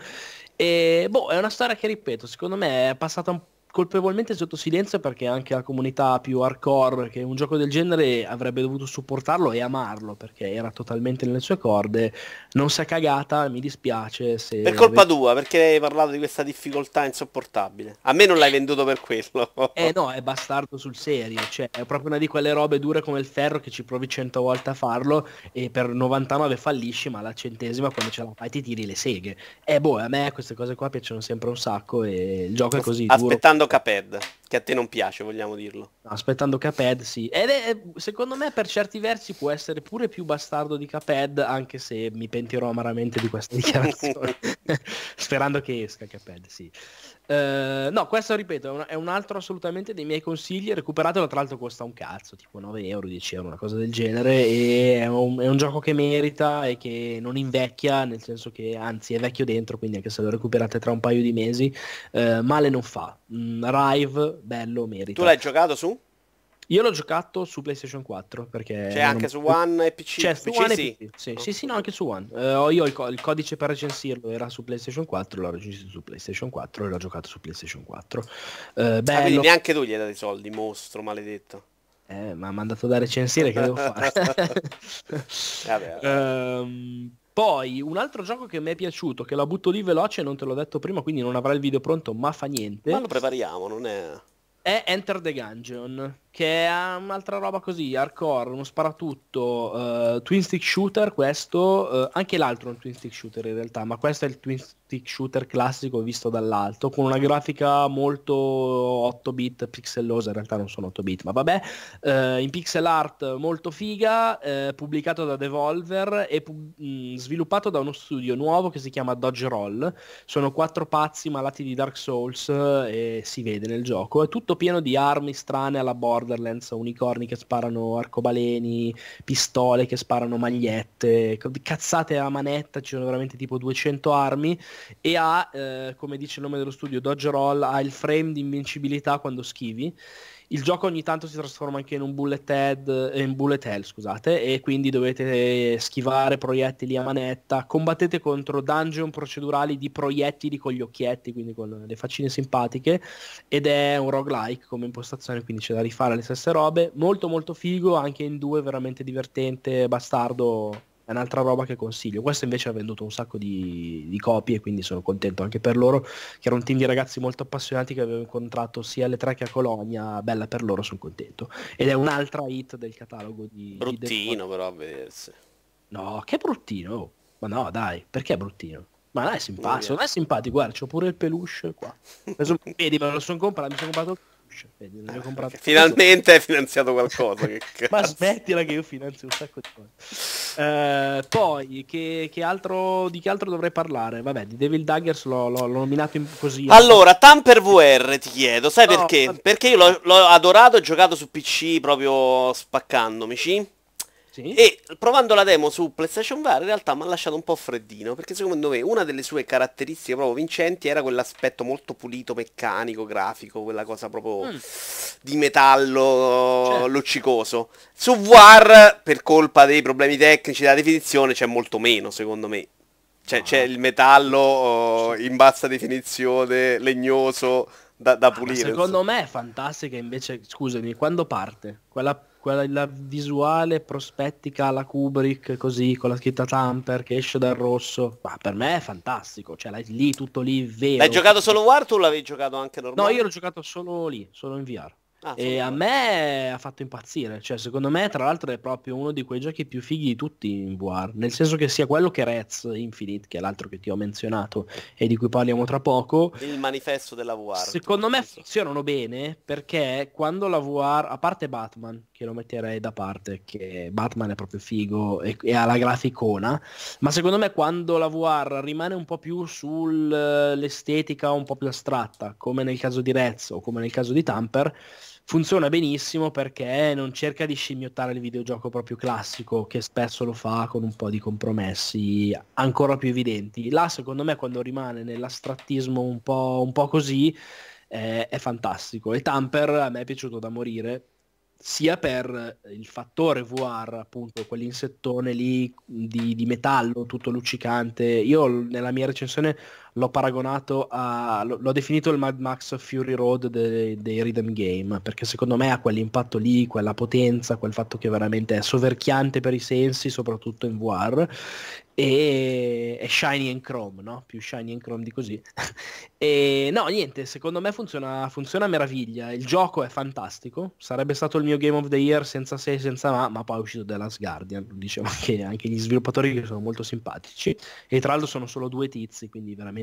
Speaker 2: E boh, è una storia che ripeto, secondo me è passata un- colpevolmente sotto silenzio perché anche la comunità più hardcore che un gioco del genere avrebbe dovuto supportarlo e amarlo perché era totalmente nelle sue corde. Non si è cagata, mi dispiace
Speaker 1: Per
Speaker 2: se
Speaker 1: colpa
Speaker 2: avete...
Speaker 1: tua, perché hai parlato di questa difficoltà insopportabile. A me non l'hai venduto per quello.
Speaker 2: Eh no, è bastardo sul serio, cioè è proprio una di quelle robe dure come il ferro che ci provi cento volte a farlo e per novantanove fallisci, ma alla centesima quando ce la fai ti tiri le seghe. E boh, a me queste cose qua piacciono sempre un sacco e il gioco è così duro.
Speaker 1: Aspettando aspettando Cuphead, che a te non piace, vogliamo dirlo.
Speaker 2: Aspettando Cuphead, sì. Ed è, secondo me, per certi versi può essere pure più bastardo di Cuphead, anche se mi pentirò amaramente di questa dichiarazione. Sperando che esca Cuphead, sì. Uh, no, questo ripeto è un, è un altro assolutamente dei miei consigli. Recuperatelo, tra l'altro costa un cazzo, tipo nove euro, dieci euro, una cosa del genere, e è un, è un gioco che merita e che non invecchia, nel senso che anzi è vecchio dentro, quindi anche se lo recuperate tra un paio di mesi uh, male non fa. mm, Rive, bello, merita.
Speaker 1: Tu l'hai giocato su?
Speaker 2: Io l'ho giocato su PlayStation quattro perché
Speaker 1: c'è anche
Speaker 2: non...
Speaker 1: su One e P C.
Speaker 2: C'è su
Speaker 1: P C,
Speaker 2: One
Speaker 1: sì.
Speaker 2: e P C. Sì,
Speaker 1: Oh.
Speaker 2: sì, sì, no, anche su One. Uh, ho io il, co- il codice per recensirlo era su PlayStation quattro, l'ho recensito su PlayStation quattro e l'ho giocato su PlayStation quattro. Uh, bello.
Speaker 1: Ah, quindi neanche tu gli hai dato i soldi, mostro maledetto.
Speaker 2: Eh, ma mi ha mandato da recensire, che devo fare?
Speaker 1: Vabbè, vabbè.
Speaker 2: Um, poi un altro gioco che mi è piaciuto, che la butto lì veloce, non te l'ho detto prima, quindi non avrà il video pronto, ma fa niente.
Speaker 1: Ma lo prepariamo, non è...
Speaker 2: È Enter the Gungeon, che è un'altra roba così, hardcore, uno sparatutto, uh, twin stick shooter questo, uh, anche l'altro è un twin stick shooter in realtà, ma questo è il twin stick shooter classico visto dall'alto, con una grafica molto otto bit, pixellosa, in realtà non sono otto bit, ma vabbè, uh, in pixel art molto figa, uh, pubblicato da Devolver e pub- mh, sviluppato da uno studio nuovo che si chiama Dodge Roll. Sono quattro pazzi malati di Dark Souls e si vede nel gioco, è tutto pieno di armi strane alla Borderlands, unicorni che sparano arcobaleni, pistole che sparano magliette, cazzate a manetta, ci sono veramente tipo duecento armi e ha, eh, come dice il nome dello studio, Dodge Roll, ha il frame di invincibilità quando schivi. Il gioco ogni tanto si trasforma anche in un bullet head, eh, in bullet hell, scusate, e quindi dovete schivare proiettili a manetta. Combattete contro dungeon procedurali di proiettili con gli occhietti, quindi con le faccine simpatiche, ed è un roguelike come impostazione, quindi c'è da rifare le stesse robe. Molto molto figo, anche in due, veramente divertente, bastardo. È un'altra roba che consiglio. Questo invece ha venduto un sacco di, di copie, quindi sono contento anche per loro, che era un team di ragazzi molto appassionati che avevo incontrato sia alle tre che a Colonia. Bella per loro, sono contento. Ed è un'altra hit del catalogo di...
Speaker 1: Bruttino
Speaker 2: di
Speaker 1: però a vedersi.
Speaker 2: No, che bruttino. Oh. Ma no, dai, perché è bruttino? Ma non è simpatico, non è simpatico, guarda, c'ho pure il peluche qua. Preso, vedi, me lo sono comprato, mi sono comprato il peluche, vedi, me l'ho comprato.
Speaker 1: Okay. Finalmente hai finanziato qualcosa. Che
Speaker 2: Ma smettila che io finanzio un sacco di cose. Uh, poi, che, che altro, di che altro dovrei parlare? Vabbè, di Devil Daggers l'ho, l'ho, l'ho nominato in, così.
Speaker 1: Allora, Tamper V R ti chiedo, sai
Speaker 2: No,
Speaker 1: perché?
Speaker 2: vabbè.
Speaker 1: Perché io l'ho, l'ho adorato, ho giocato su P C proprio spaccandomici.
Speaker 2: Sì?
Speaker 1: E provando la demo su PlayStation V R in realtà mi ha lasciato un po' freddino, perché secondo me una delle sue caratteristiche proprio vincenti era quell'aspetto molto pulito, meccanico, grafico, quella cosa proprio
Speaker 2: Mm,
Speaker 1: di metallo
Speaker 2: certo.
Speaker 1: luccicoso. Su V R, per colpa dei problemi tecnici della definizione, c'è molto meno, secondo me. C'è, c'è
Speaker 2: No,
Speaker 1: il metallo oh, in bassa definizione, legnoso, da, da
Speaker 2: ah, ma
Speaker 1: pulire.
Speaker 2: secondo
Speaker 1: insomma.
Speaker 2: me è fantastica invece, scusami, quando parte? Quella, quella la visuale prospettica alla Kubrick, così, con la scritta Tamper che esce dal rosso, ma per me è fantastico, cioè l'hai lì, tutto lì,
Speaker 1: L'hai
Speaker 2: vero.
Speaker 1: giocato solo V R o tu l'avevi giocato anche
Speaker 2: No,
Speaker 1: normale?
Speaker 2: io l'ho giocato solo lì, solo in V R.
Speaker 1: Ah,
Speaker 2: E
Speaker 1: solo
Speaker 2: a
Speaker 1: V R.
Speaker 2: me ha fatto impazzire, cioè secondo me tra l'altro è proprio uno di quei giochi più fighi di tutti in V R, nel senso che sia quello che Rez Infinite, che è l'altro che ti ho menzionato e di cui parliamo tra poco,
Speaker 1: Il manifesto della V R.
Speaker 2: secondo me
Speaker 1: tutto.
Speaker 2: funzionano bene perché quando la V R, a parte Batman, che lo metterei da parte, che Batman è proprio figo e, e ha la graficona, ma secondo me quando la V R rimane un po' più sull'estetica un po' più astratta, come nel caso di Rez o come nel caso di Tamper, funziona benissimo perché non cerca di scimmiottare il videogioco proprio classico, che spesso lo fa con un po' di compromessi ancora più evidenti. Là, secondo me, quando rimane nell'astrattismo un po', un po' così, eh, è fantastico. E Tamper a me è piaciuto da morire, sia per il fattore V R, appunto, quell'insettone lì di, di metallo tutto luccicante. Io nella mia recensione l'ho paragonato a, l'ho l'ho definito il Mad Max Fury Road dei, dei rhythm game, perché secondo me ha quell'impatto lì, quella potenza, quel fatto che veramente è soverchiante per i sensi, soprattutto in V R, e è shiny and chrome, no? Più shiny and chrome di così. E no, niente, secondo me funziona, funziona a meraviglia. Il gioco è fantastico, sarebbe stato il mio Game of the Year senza se e senza ma, ma poi è uscito The Last Guardian, diciamo che anche gli sviluppatori che sono molto simpatici, e tra l'altro sono solo due tizi, quindi veramente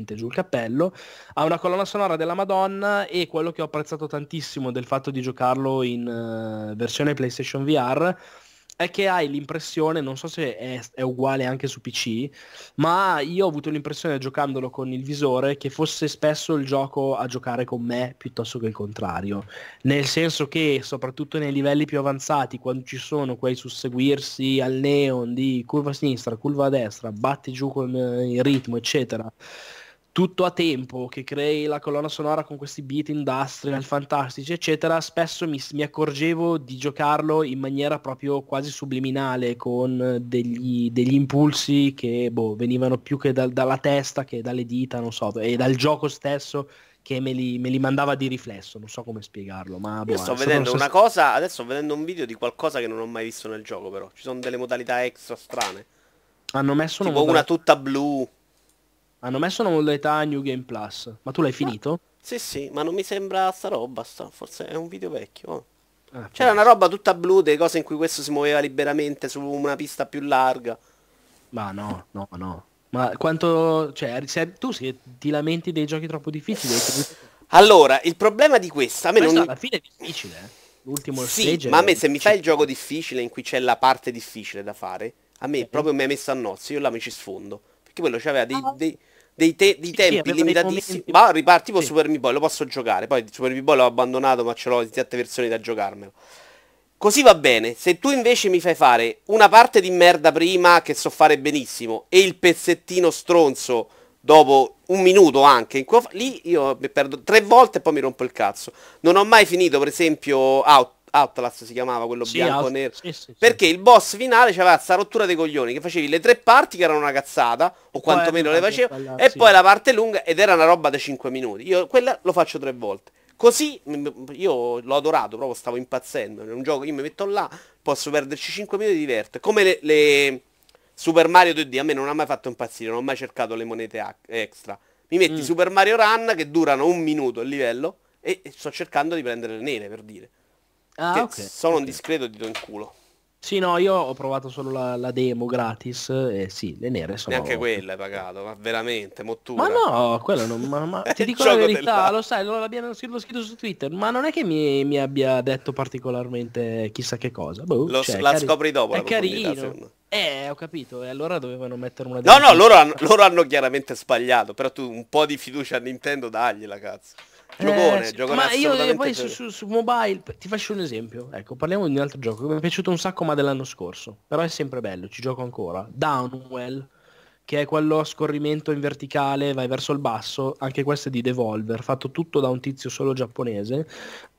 Speaker 2: veramente giù il cappello. Ha una colonna sonora della Madonna, e quello che ho apprezzato tantissimo del fatto di giocarlo in uh, versione PlayStation V R è che hai l'impressione, non so se è, è uguale anche su P C, ma io ho avuto l'impressione giocandolo con il visore che fosse spesso il gioco a giocare con me piuttosto che il contrario. Nel senso che, soprattutto nei livelli più avanzati, quando ci sono quei susseguirsi al neon di curva a sinistra, curva a destra, batti giù con eh, il ritmo, eccetera, tutto a tempo, che crei la colonna sonora con questi beat industrial fantastici, eccetera, spesso mi, mi accorgevo di giocarlo in maniera proprio quasi subliminale, con degli, degli impulsi che boh, venivano più che dal- dalla testa che dalle dita, non so, e dal gioco stesso che me li, me li mandava di riflesso, non so come spiegarlo, ma
Speaker 1: Io
Speaker 2: boh,
Speaker 1: sto
Speaker 2: è stato
Speaker 1: vedendo
Speaker 2: un
Speaker 1: una cosa, adesso sto vedendo un video di qualcosa che non ho mai visto nel gioco, però. Ci sono delle modalità extra strane.
Speaker 2: hanno messo una
Speaker 1: Tipo una
Speaker 2: modalità,
Speaker 1: tutta blu.
Speaker 2: hanno messo una modalità New Game Plus, ma tu l'hai
Speaker 1: Ma
Speaker 2: finito?
Speaker 1: sì, sì, ma non mi sembra sta roba, sta. Forse è un video vecchio. Oh.
Speaker 2: Ah, può
Speaker 1: C'era una
Speaker 2: essere.
Speaker 1: roba tutta blu, delle cose in cui questo si muoveva liberamente su una pista più larga.
Speaker 2: Ma no, no, no. Ma quanto, cioè, se tu se ti lamenti dei giochi troppo difficili, hai capito?
Speaker 1: Allora, il problema di questa, a me
Speaker 2: Questo
Speaker 1: non...
Speaker 2: alla fine è difficile, eh. L'ultimo
Speaker 1: Sì,
Speaker 2: stage
Speaker 1: ma a
Speaker 2: è
Speaker 1: me se mi fai il
Speaker 2: difficile.
Speaker 1: gioco difficile in cui c'è la parte difficile da fare, a me
Speaker 2: Ok.
Speaker 1: proprio mi hai messo a nozze, io là mi ci sfondo. Perché quello c'aveva dei,
Speaker 2: Ah,
Speaker 1: dei- dei te- dei
Speaker 2: sì, sì,
Speaker 1: tempi
Speaker 2: aveva dei
Speaker 1: limitatissimi.
Speaker 2: momenti.
Speaker 1: Ma ripart tipo
Speaker 2: Sì.
Speaker 1: Super Meat Boy, lo posso giocare. Poi Super Meat Boy l'ho abbandonato, ma ce l'ho in sette versioni da giocarmelo. Così va bene. Se tu invece mi fai fare una parte di merda prima, che so fare benissimo, e il pezzettino stronzo dopo un minuto anche, in cui ho fa- lì io mi perdo tre volte e poi mi rompo il cazzo. Non ho mai finito, per esempio, Out- Outlast si chiamava, quello
Speaker 2: Sì, ah,
Speaker 1: bianco-nero.
Speaker 2: sì, sì, sì.
Speaker 1: Perché il boss finale c'aveva sta rottura dei coglioni, che facevi le tre parti che erano una cazzata, o
Speaker 2: E poi
Speaker 1: quantomeno le
Speaker 2: arrivavi a
Speaker 1: facevo,
Speaker 2: quella,
Speaker 1: e
Speaker 2: sì.
Speaker 1: poi la parte lunga, ed era una roba da cinque minuti. Io quella lo faccio tre volte. Così m- io l'ho adorato, proprio stavo impazzendo. È un gioco, io mi metto là, posso perderci cinque minuti di diverte. Come le, le Super Mario due D, a me non ha mai fatto impazzire, non ho mai cercato le monete a- extra. Mi metti
Speaker 2: Mm.
Speaker 1: Super Mario Run che durano un minuto il livello e, e sto cercando di prendere le nere, per dire.
Speaker 2: Ah,
Speaker 1: Che
Speaker 2: ok,
Speaker 1: sono un
Speaker 2: ok.
Speaker 1: discreto di do in culo.
Speaker 2: Sì, no, io ho provato solo la, la demo gratis, e sì, le nere
Speaker 1: Neanche
Speaker 2: sono...
Speaker 1: quella hai pagato, ma veramente,
Speaker 2: Ma
Speaker 1: mottura.
Speaker 2: no, quello non... Ma, ma-
Speaker 1: È
Speaker 2: ti
Speaker 1: il
Speaker 2: dico la
Speaker 1: gioco
Speaker 2: verità,
Speaker 1: della...
Speaker 2: lo sai, lo abbiamo scritto, scritto su Twitter, ma non è che mi, mi abbia detto particolarmente chissà che cosa. Boh,
Speaker 1: Lo s-
Speaker 2: cioè, è,
Speaker 1: la
Speaker 2: cari-
Speaker 1: scopri dopo la
Speaker 2: è
Speaker 1: profondità,
Speaker 2: carino.
Speaker 1: secondo me.
Speaker 2: Eh, ho capito, e allora dovevano mettere una
Speaker 1: No,
Speaker 2: demo
Speaker 1: no,
Speaker 2: più...
Speaker 1: loro hanno, loro hanno chiaramente sbagliato, però tu un po' di fiducia a Nintendo dagliela, cazzo.
Speaker 2: Eh,
Speaker 1: Giocone,
Speaker 2: sì,
Speaker 1: giocone
Speaker 2: ma io, io
Speaker 1: assolutamente
Speaker 2: poi su,
Speaker 1: gioco.
Speaker 2: su- su mobile, p- ti faccio un esempio, ecco, parliamo di un altro gioco che mi è piaciuto un sacco ma dell'anno scorso, però è sempre bello, ci gioco ancora, Downwell, che è quello a scorrimento in verticale, vai verso il basso, anche questo è di Devolver, fatto tutto da un tizio solo giapponese.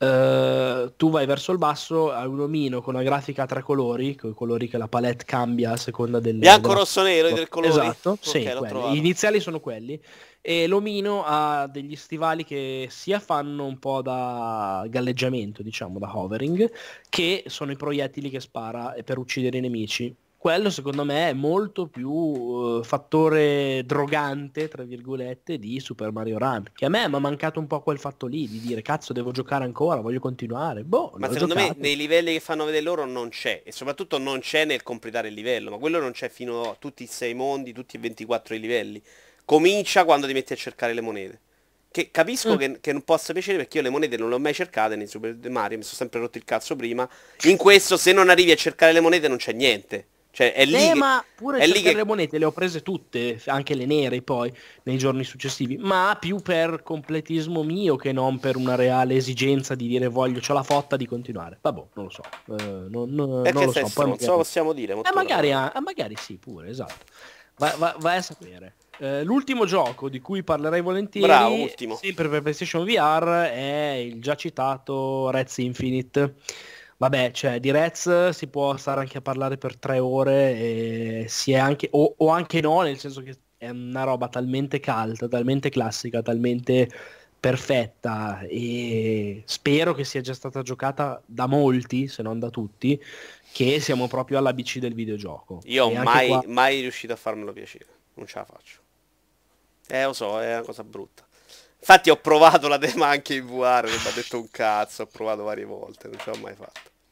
Speaker 2: Eh, tu vai verso il basso, hai un omino con una grafica a tre colori, con i colori che la palette cambia a seconda del-
Speaker 1: Bianco,
Speaker 2: della...
Speaker 1: rosso, nero, i tre colori?
Speaker 2: Esatto,
Speaker 1: Ok,
Speaker 2: sì,
Speaker 1: l'ho
Speaker 2: quelli. Gli
Speaker 1: trovato.
Speaker 2: iniziali sono quelli. E l'omino ha degli stivali che sia fanno un po' da galleggiamento, diciamo, da hovering, che sono i proiettili che spara per uccidere i nemici. Quello secondo me è molto più eh, fattore drogante, tra virgolette, di Super Mario Run. Che a me mi ha mancato un po' quel fatto lì, di dire cazzo devo giocare ancora, voglio continuare. Boh,
Speaker 1: Ma
Speaker 2: l'ho
Speaker 1: secondo me
Speaker 2: giocato.
Speaker 1: nei livelli che fanno vedere loro non c'è, e soprattutto non c'è nel completare il livello, ma quello non c'è fino a tutti i sei mondi, tutti e ventiquattro i livelli. Comincia quando ti metti a cercare le monete. Che capisco
Speaker 2: Mm.
Speaker 1: che, che non possa piacere perché io le monete non le ho mai cercate nei Super Mario, mi sono sempre rotto il cazzo prima. In questo se non arrivi a cercare le monete non c'è niente. Cioè è lì
Speaker 2: Eh,
Speaker 1: che...
Speaker 2: ma pure
Speaker 1: È lì
Speaker 2: cercare le
Speaker 1: che...
Speaker 2: monete le ho prese tutte, anche le nere poi, nei giorni successivi, ma più per completismo mio che non per una reale esigenza di dire voglio, c'ho la fotta di continuare. Vabbè, non lo so, eh, non, non- non
Speaker 1: Perché
Speaker 2: lo
Speaker 1: sei
Speaker 2: so, poi
Speaker 1: stronzo, lo
Speaker 2: magari...
Speaker 1: possiamo dire,
Speaker 2: Eh,
Speaker 1: Mottura,
Speaker 2: magari,
Speaker 1: però.
Speaker 2: ah, eh, magari sì, pure, esatto. Va, va- vai a sapere. Eh, l'ultimo gioco di cui parlerei
Speaker 1: Bravo,
Speaker 2: volentieri,
Speaker 1: ultimo.
Speaker 2: sempre per PlayStation V R, è il già citato Rez Infinite. Vabbè, cioè di Rez si può stare anche a parlare per tre ore, e si è anche, o, o anche no, nel senso che è una roba talmente calda, talmente classica, talmente perfetta, e spero che sia già stata giocata da molti, se non da tutti, che siamo proprio all'A B C del videogioco.
Speaker 1: Io
Speaker 2: E anche
Speaker 1: mai,
Speaker 2: qua...
Speaker 1: mai riuscito a farmelo piacere. Non ce la faccio. Eh, lo so, è una cosa brutta. Infatti ho provato la demo anche in V R, non mi ha detto un cazzo, ho provato varie volte, non ce l'ho mai fatta.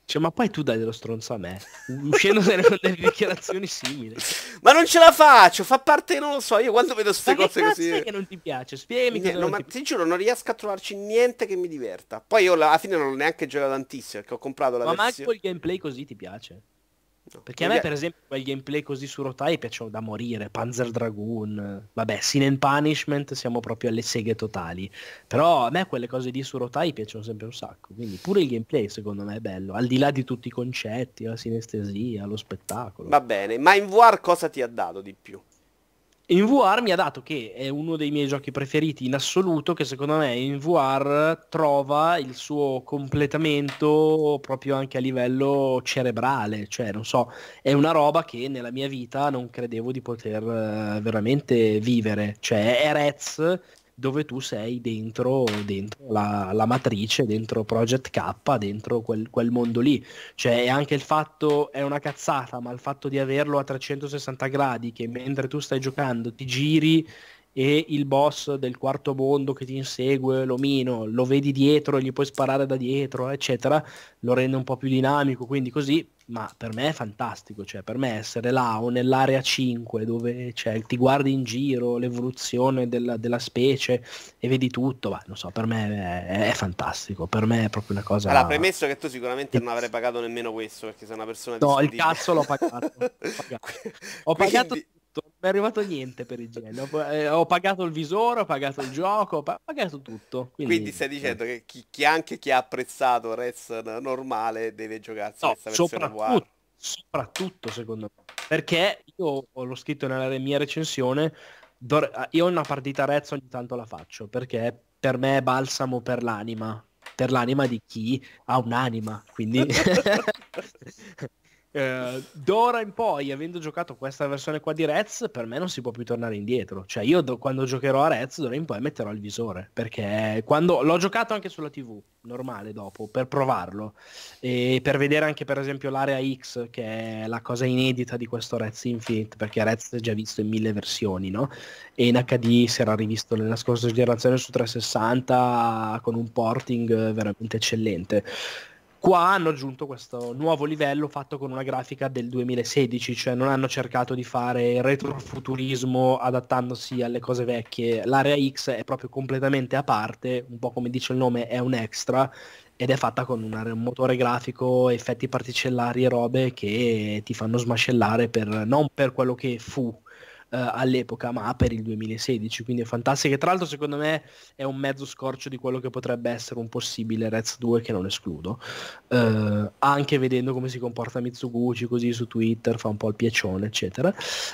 Speaker 2: Cioè, ma poi tu dai dello stronzo a me, uscendo con delle dichiarazioni simili.
Speaker 1: Ma non ce la faccio, fa parte, non lo so, io quando vedo queste
Speaker 2: Ma che
Speaker 1: cose
Speaker 2: cazzo
Speaker 1: così...
Speaker 2: è che non ti piace? Spiegami
Speaker 1: Ni-
Speaker 2: cosa
Speaker 1: no,
Speaker 2: non
Speaker 1: ma
Speaker 2: ti
Speaker 1: ti
Speaker 2: piace.
Speaker 1: giuro, non riesco a trovarci niente che mi diverta. Poi io alla fine non ho neanche giocato tantissimo, perché ho comprato la
Speaker 2: Ma manco
Speaker 1: versione...
Speaker 2: il gameplay così ti piace?
Speaker 1: No,
Speaker 2: Perché a
Speaker 1: il
Speaker 2: me,
Speaker 1: ga-
Speaker 2: per esempio, quel gameplay così su rotaie piacciono da morire. Panzer Dragoon, vabbè, Sin and Punishment, siamo proprio alle seghe totali. Però a me quelle cose lì su rotaie piacciono sempre un sacco. Quindi pure il gameplay secondo me è bello, al di là di tutti i concetti, la sinestesia, lo spettacolo.
Speaker 1: Va bene, ma in V R cosa ti ha dato di più?
Speaker 2: In V R mi ha dato che è uno dei miei giochi preferiti in assoluto, che secondo me in V R trova il suo completamento proprio anche a livello cerebrale, cioè non so, è una roba che nella mia vita non credevo di poter eh, veramente vivere, cioè è Rez dove tu sei dentro, dentro la, la matrice, dentro Project K, dentro quel, quel mondo lì. Cioè, anche il fatto è una cazzata, ma il fatto di averlo a trecentosessanta gradi, che mentre tu stai giocando ti giri e il boss del quarto mondo che ti insegue, l'omino, lo vedi dietro e gli puoi sparare da dietro, eccetera, lo rende un po' più dinamico, quindi così, ma per me è fantastico, cioè per me essere là o nell'area cinque dove cioè, ti guardi in giro l'evoluzione della, della specie e vedi tutto, ma non so, per me è, è fantastico, per me è proprio una
Speaker 1: Allora,
Speaker 2: cosa...
Speaker 1: premesso che tu sicuramente non avrai pagato nemmeno questo, perché sei una persona
Speaker 2: No, il
Speaker 1: discutibile.
Speaker 2: cazzo l'ho pagato. L'ho pagato, Ho pagato
Speaker 1: Quindi,
Speaker 2: tutto, non mi è arrivato niente per I G N. Ho, eh, ho pagato il visore, ho pagato il gioco, ho pa- pagato tutto.
Speaker 1: quindi
Speaker 2: Quindi,
Speaker 1: stai
Speaker 2: eh,
Speaker 1: dicendo che chi, chi anche chi ha apprezzato Rez normale deve giocarsi
Speaker 2: no,
Speaker 1: questa versione V R.
Speaker 2: soprattutto, soprattutto secondo me. Perché io ho l'ho scritto nella re- mia recensione, dor- io una partita Rez ogni tanto la faccio, perché per me è balsamo per l'anima. Per l'anima di chi ha un'anima, quindi eh, d'ora in poi, avendo giocato questa versione qua di Rez, per me non si può più tornare indietro. Cioè, io do- quando giocherò a Rez, d'ora in poi metterò il visore. Perché quando l'ho giocato anche sulla T V, normale dopo, per provarlo. E per vedere anche, per esempio, l'area X, che è la cosa inedita di questo Rez Infinite, perché Rez è già visto in mille versioni, no? E in H D si era rivisto nella scorsa generazione su trecentosessanta con un porting eh, veramente eccellente. Qua hanno aggiunto questo nuovo livello fatto con una grafica del duemilasedici, cioè non hanno cercato di fare il retrofuturismo adattandosi alle cose vecchie. L'area X è proprio completamente a parte, un po' come dice il nome, è un extra ed è fatta con una- un motore grafico, effetti particellari e robe che ti fanno smascellare per, non per quello che fu eh, all'epoca, ma per il duemilasedici, quindi è fantastica. E tra l'altro secondo me è un mezzo scorcio di quello che potrebbe essere un possibile Rez due che non escludo. Eh, anche vedendo come si comporta Mitsuguchi così su Twitter fa un po' il piacione, eccetera.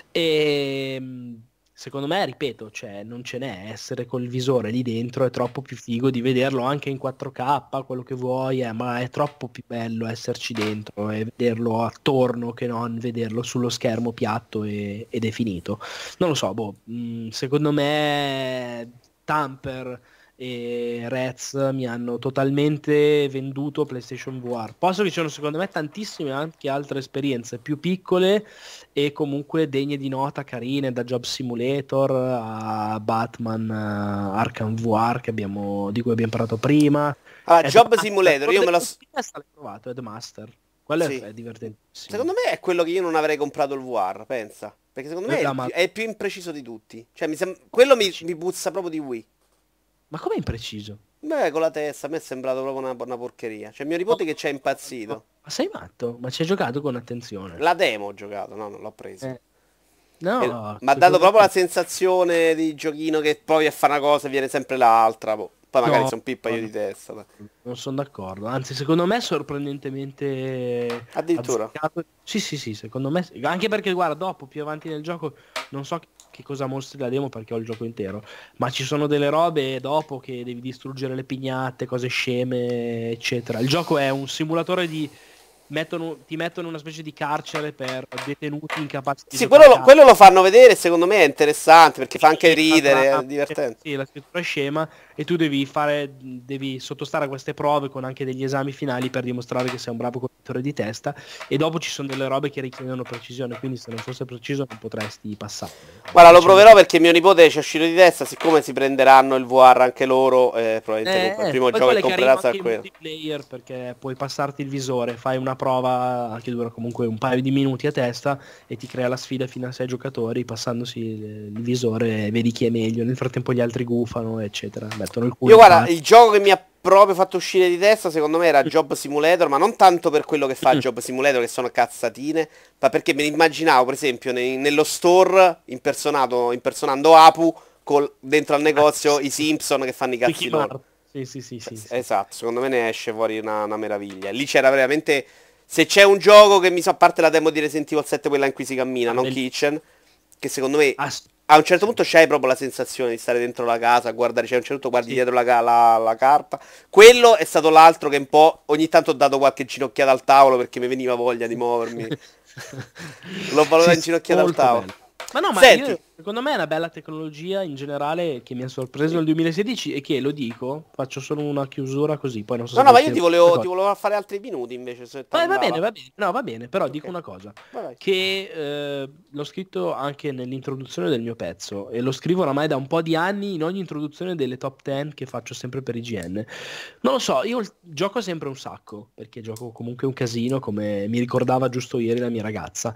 Speaker 2: E secondo me, ripeto, cioè, non ce n'è, essere col visore lì dentro è troppo più figo di vederlo anche in quattro K, quello che vuoi, eh, ma è troppo più bello esserci dentro e vederlo attorno che non vederlo sullo schermo piatto e, ed è finito. Non lo so, boh, mh, secondo me Tamper e Rez mi hanno totalmente venduto PlayStation V R. Posso che ci sono secondo me tantissime anche altre esperienze più piccole e comunque degne di nota, carine, da Job Simulator a Batman uh, Arkham V R che abbiamo, di cui abbiamo parlato prima.
Speaker 1: Allora, Job
Speaker 2: Headmaster,
Speaker 1: Simulator,
Speaker 2: quello
Speaker 1: io me
Speaker 2: del
Speaker 1: lo... s-
Speaker 2: testa l'hai provato, Headmaster. Quello è,
Speaker 1: Sì.
Speaker 2: è divertentissimo.
Speaker 1: Secondo me è quello che io non avrei comprato il V R, pensa. Perché secondo me è
Speaker 2: La
Speaker 1: il più,
Speaker 2: ma-
Speaker 1: è il più impreciso di tutti. Cioè, mi sem- quello mi, mi puzza proprio di Wii.
Speaker 2: Ma com'è impreciso?
Speaker 1: Beh, con la testa, a me è sembrato proprio una, una porcheria. Cioè, mio
Speaker 2: No,
Speaker 1: nipote che ci è
Speaker 2: no,
Speaker 1: impazzito.
Speaker 2: ma sei matto? Ma ci hai giocato con attenzione?
Speaker 1: La demo ho giocato, no, non l'ho preso.
Speaker 2: Eh,
Speaker 1: E
Speaker 2: no,
Speaker 1: mi ha dato
Speaker 2: secondo
Speaker 1: proprio la
Speaker 2: me...
Speaker 1: sensazione di giochino che provi a fare una cosa e viene sempre l'altra. Boh. Poi magari
Speaker 2: No,
Speaker 1: sono pippa
Speaker 2: no,
Speaker 1: io
Speaker 2: no,
Speaker 1: di testa. Dai.
Speaker 2: non sono d'accordo. Anzi, secondo me è sorprendentemente
Speaker 1: Addirittura.
Speaker 2: azzeccato. Sì, sì, sì, secondo me. sì. Anche perché, guarda, dopo, più avanti nel gioco, non so che, che cosa mostri la demo perché ho il gioco intero. Ma ci sono delle robe dopo che devi distruggere le pignate, cose sceme, eccetera. Il gioco è un simulatore di mettono, ti mettono in una specie di carcere per detenuti incapaci di
Speaker 1: Sì,
Speaker 2: giocare
Speaker 1: quello
Speaker 2: a
Speaker 1: lo,
Speaker 2: calcio.
Speaker 1: quello lo fanno vedere, secondo me è interessante perché fa anche
Speaker 2: Sì, la
Speaker 1: ridere, è
Speaker 2: trama,
Speaker 1: divertente.
Speaker 2: sì, la scrittura è scema e tu devi fare, devi sottostare a queste prove con anche degli esami finali per dimostrare che sei un bravo conduttore di testa e dopo ci sono delle robe che richiedono precisione, quindi se non fosse preciso non potresti passare.
Speaker 1: Guarda, lo
Speaker 2: Specialmente...
Speaker 1: proverò perché mio nipote c'è uscito di testa, siccome si prenderanno il V R anche loro, eh, probabilmente
Speaker 2: Eh,
Speaker 1: comp- il
Speaker 2: eh,
Speaker 1: primo
Speaker 2: poi
Speaker 1: gioco che
Speaker 2: quello è
Speaker 1: comprerà
Speaker 2: carino
Speaker 1: sarà
Speaker 2: anche il
Speaker 1: quello.
Speaker 2: multiplayer perché puoi passarti il visore, fai una prova che dura comunque un paio di minuti a testa e ti crea la sfida fino a sei giocatori passandosi il, il visore e vedi chi è meglio. Nel frattempo gli altri gufano, eccetera. Mettono il culo
Speaker 1: Io
Speaker 2: in
Speaker 1: guarda,
Speaker 2: faccia.
Speaker 1: il gioco che mi ha proprio fatto uscire di testa, secondo me era Job Simulator, ma non tanto per quello che fa
Speaker 2: Mm.
Speaker 1: Job Simulator, che sono cazzatine, ma perché me ne immaginavo, per esempio, nei- nello store impersonato, impersonando Apu col- dentro al
Speaker 2: Ah,
Speaker 1: negozio
Speaker 2: sì,
Speaker 1: i
Speaker 2: sì.
Speaker 1: Simpson che fanno i
Speaker 2: Ricky
Speaker 1: cazzi loro.
Speaker 2: Martin. Sì, sì, sì,
Speaker 1: Cioè,
Speaker 2: sì,
Speaker 1: s-
Speaker 2: sì.
Speaker 1: esatto, secondo me ne esce fuori una, una meraviglia. Lì c'era veramente... Se c'è un gioco che mi so, a parte la demo di Resident Evil sette, quella in cui si cammina,
Speaker 2: Ah,
Speaker 1: non
Speaker 2: bellissimo.
Speaker 1: Kitchen, che secondo me
Speaker 2: Ass-
Speaker 1: a un certo
Speaker 2: sì,
Speaker 1: punto c'hai proprio la sensazione di stare dentro la casa, a guardare, cioè a un certo punto guardi
Speaker 2: sì.
Speaker 1: dietro la, ca- la- la carta. Quello è stato l'altro che un po' ogni tanto ho dato qualche ginocchiata al tavolo perché mi veniva voglia di muovermi. L'ho valutato
Speaker 2: Sì,
Speaker 1: in
Speaker 2: sì,
Speaker 1: ginocchiata al
Speaker 2: molto
Speaker 1: tavolo.
Speaker 2: bello. Ma no, ma
Speaker 1: Senti,
Speaker 2: io, secondo me è una bella tecnologia in generale che mi ha sorpreso nel duemilasedici e che, lo dico, faccio solo una chiusura così, poi non so
Speaker 1: no,
Speaker 2: se
Speaker 1: no,
Speaker 2: vuoi
Speaker 1: ma io ti
Speaker 2: dire qualche
Speaker 1: volevo, ti
Speaker 2: cosa.
Speaker 1: volevo fare altri minuti invece se ti
Speaker 2: Va, va bene,
Speaker 1: andava.
Speaker 2: va bene, no, va bene, però dico
Speaker 1: Ok,
Speaker 2: una cosa,
Speaker 1: vai, vai.
Speaker 2: che eh, l'ho scritto anche nell'introduzione del mio pezzo e lo scrivo oramai da un po' di anni in ogni introduzione delle top dieci che faccio sempre per I G N. Non lo so, io il- gioco sempre un sacco, perché gioco comunque un casino, come mi ricordava giusto ieri la mia ragazza,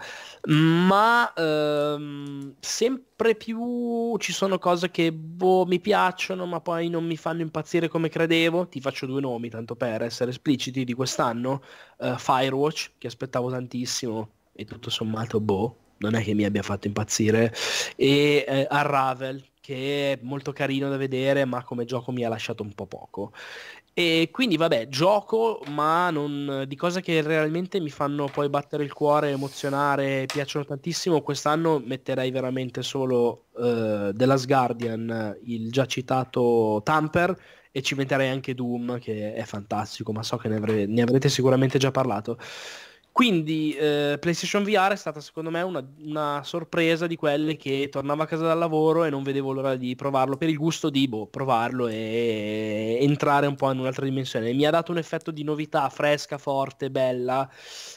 Speaker 2: ma ehm, sempre più ci sono cose che boh, mi piacciono, ma poi non mi fanno impazzire come credevo. Ti faccio due nomi, tanto per essere espliciti, di quest'anno. eh, Firewatch, che aspettavo tantissimo, e tutto sommato, boh, non è che mi abbia fatto impazzire, e eh, Unravel, che è molto carino da vedere, ma come gioco mi ha lasciato un po' poco. E quindi vabbè, gioco, ma non, di cose che realmente mi fanno poi battere il cuore, emozionare, piacciono tantissimo. Quest'anno metterei veramente solo eh, The Last Guardian, il già citato Tamper, e ci metterei anche Doom, che è fantastico, ma so che ne, avre- ne avrete sicuramente già parlato. Quindi eh, PlayStation V R è stata secondo me una, una sorpresa di quelle che tornavo a casa dal lavoro e non vedevo l'ora di provarlo per il gusto di boh, provarlo e entrare un po' in un'altra dimensione. Mi ha dato un effetto di novità fresca, forte, bella,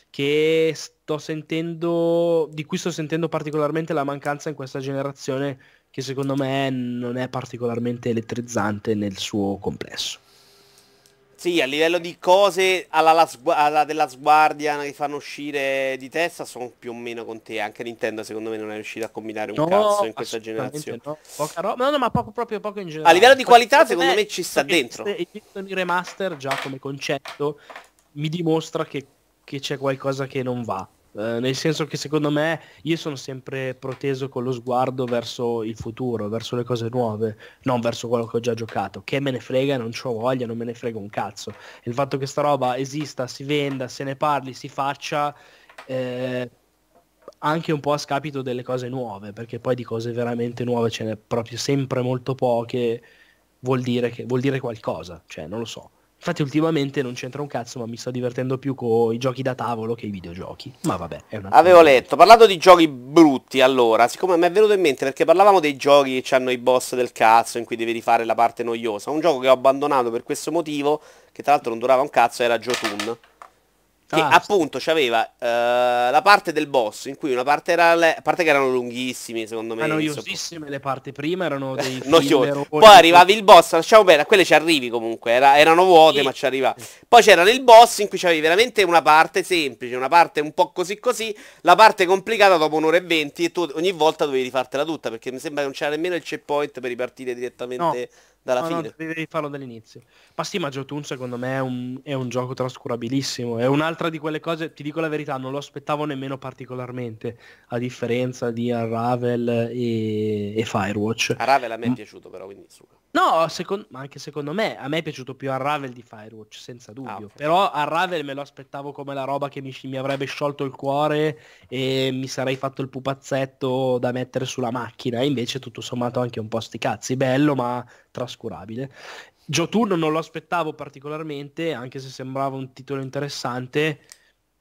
Speaker 2: che sto sentendo, di cui sto sentendo particolarmente la mancanza in questa generazione, che secondo me non è particolarmente elettrizzante nel suo complesso.
Speaker 1: Sì, a livello di cose alla, Last Gu- alla The Last Guardian che fanno uscire di testa sono più o meno con te. Anche Nintendo secondo me non è riuscita a combinare un cazzo
Speaker 2: No,
Speaker 1: in questa generazione.
Speaker 2: assolutamente no. Poca roba. No, no, ma proprio, proprio poco in
Speaker 1: A livello
Speaker 2: generale.
Speaker 1: di
Speaker 2: Poi,
Speaker 1: qualità
Speaker 2: secondo
Speaker 1: secondo
Speaker 2: me,
Speaker 1: me
Speaker 2: il
Speaker 1: ci sta
Speaker 2: fatto che
Speaker 1: dentro.
Speaker 2: esiste- esistono i remaster già come concetto mi dimostra che, che c'è qualcosa che non va. Eh, nel senso che secondo me io sono sempre proteso con lo sguardo verso il futuro, verso le cose nuove, non verso quello che ho già giocato. Che me ne frega, non c'ho voglia, non me ne frega un cazzo. Il fatto che sta roba esista, si venda, se ne parli, si faccia, eh, anche un po' a scapito delle cose nuove, perché poi di cose veramente nuove ce n'è proprio sempre molto poche, vuol dire che, vuol dire qualcosa, cioè non lo so. Infatti ultimamente non c'entra un cazzo, ma mi sto divertendo più con i giochi da tavolo che i videogiochi. Ma vabbè, è un altro
Speaker 1: Avevo
Speaker 2: argomento.
Speaker 1: letto, parlando di giochi brutti, allora, siccome mi è venuto in mente perché parlavamo dei giochi che hanno i boss del cazzo in cui devi rifare la parte noiosa, un gioco che ho abbandonato per questo motivo, che tra l'altro non durava un cazzo, era Jotun. Che
Speaker 2: Ah, sì.
Speaker 1: appunto c'aveva eh, la parte del boss in cui una parte era le- a parte che erano lunghissimi secondo
Speaker 2: Ma
Speaker 1: me insoppo-
Speaker 2: noiosissime le parti prima, erano dei
Speaker 1: noiosi.
Speaker 2: filleroni
Speaker 1: Poi
Speaker 2: di quelli.
Speaker 1: arrivavi il boss, lasciamo bene, a quelle ci arrivi comunque, era- erano vuote ma
Speaker 2: Sì,
Speaker 1: ci arriva.
Speaker 2: sì.
Speaker 1: Poi c'era il boss in cui c'avevi veramente una parte semplice, una parte un po' così così, la parte complicata dopo un'ora e venti e tu ogni volta dovevi rifartela tutta perché mi sembra che non c'era nemmeno il checkpoint per ripartire
Speaker 2: No,
Speaker 1: direttamente dalla
Speaker 2: no, no,
Speaker 1: fine.
Speaker 2: devi farlo dall'inizio. Ma sì, ma Jotun secondo me è un, è un gioco trascurabilissimo. È un'altra di quelle cose, ti dico la verità, non lo aspettavo nemmeno particolarmente, a differenza di Unravel e, e Firewatch.
Speaker 1: A Ravel a me è
Speaker 2: M-
Speaker 1: piaciuto però, quindi suca.
Speaker 2: No, secon- ma anche secondo me, a me è piaciuto più Unravel di Firewatch, senza
Speaker 1: Ah,
Speaker 2: dubbio.
Speaker 1: ok.
Speaker 2: Però Unravel me lo aspettavo come la roba che mi, mi avrebbe sciolto il cuore e mi sarei fatto il pupazzetto da mettere sulla macchina. E invece tutto sommato anche un po' sti cazzi, bello ma trascurabile. Jotun non lo aspettavo particolarmente, anche se sembrava un titolo interessante.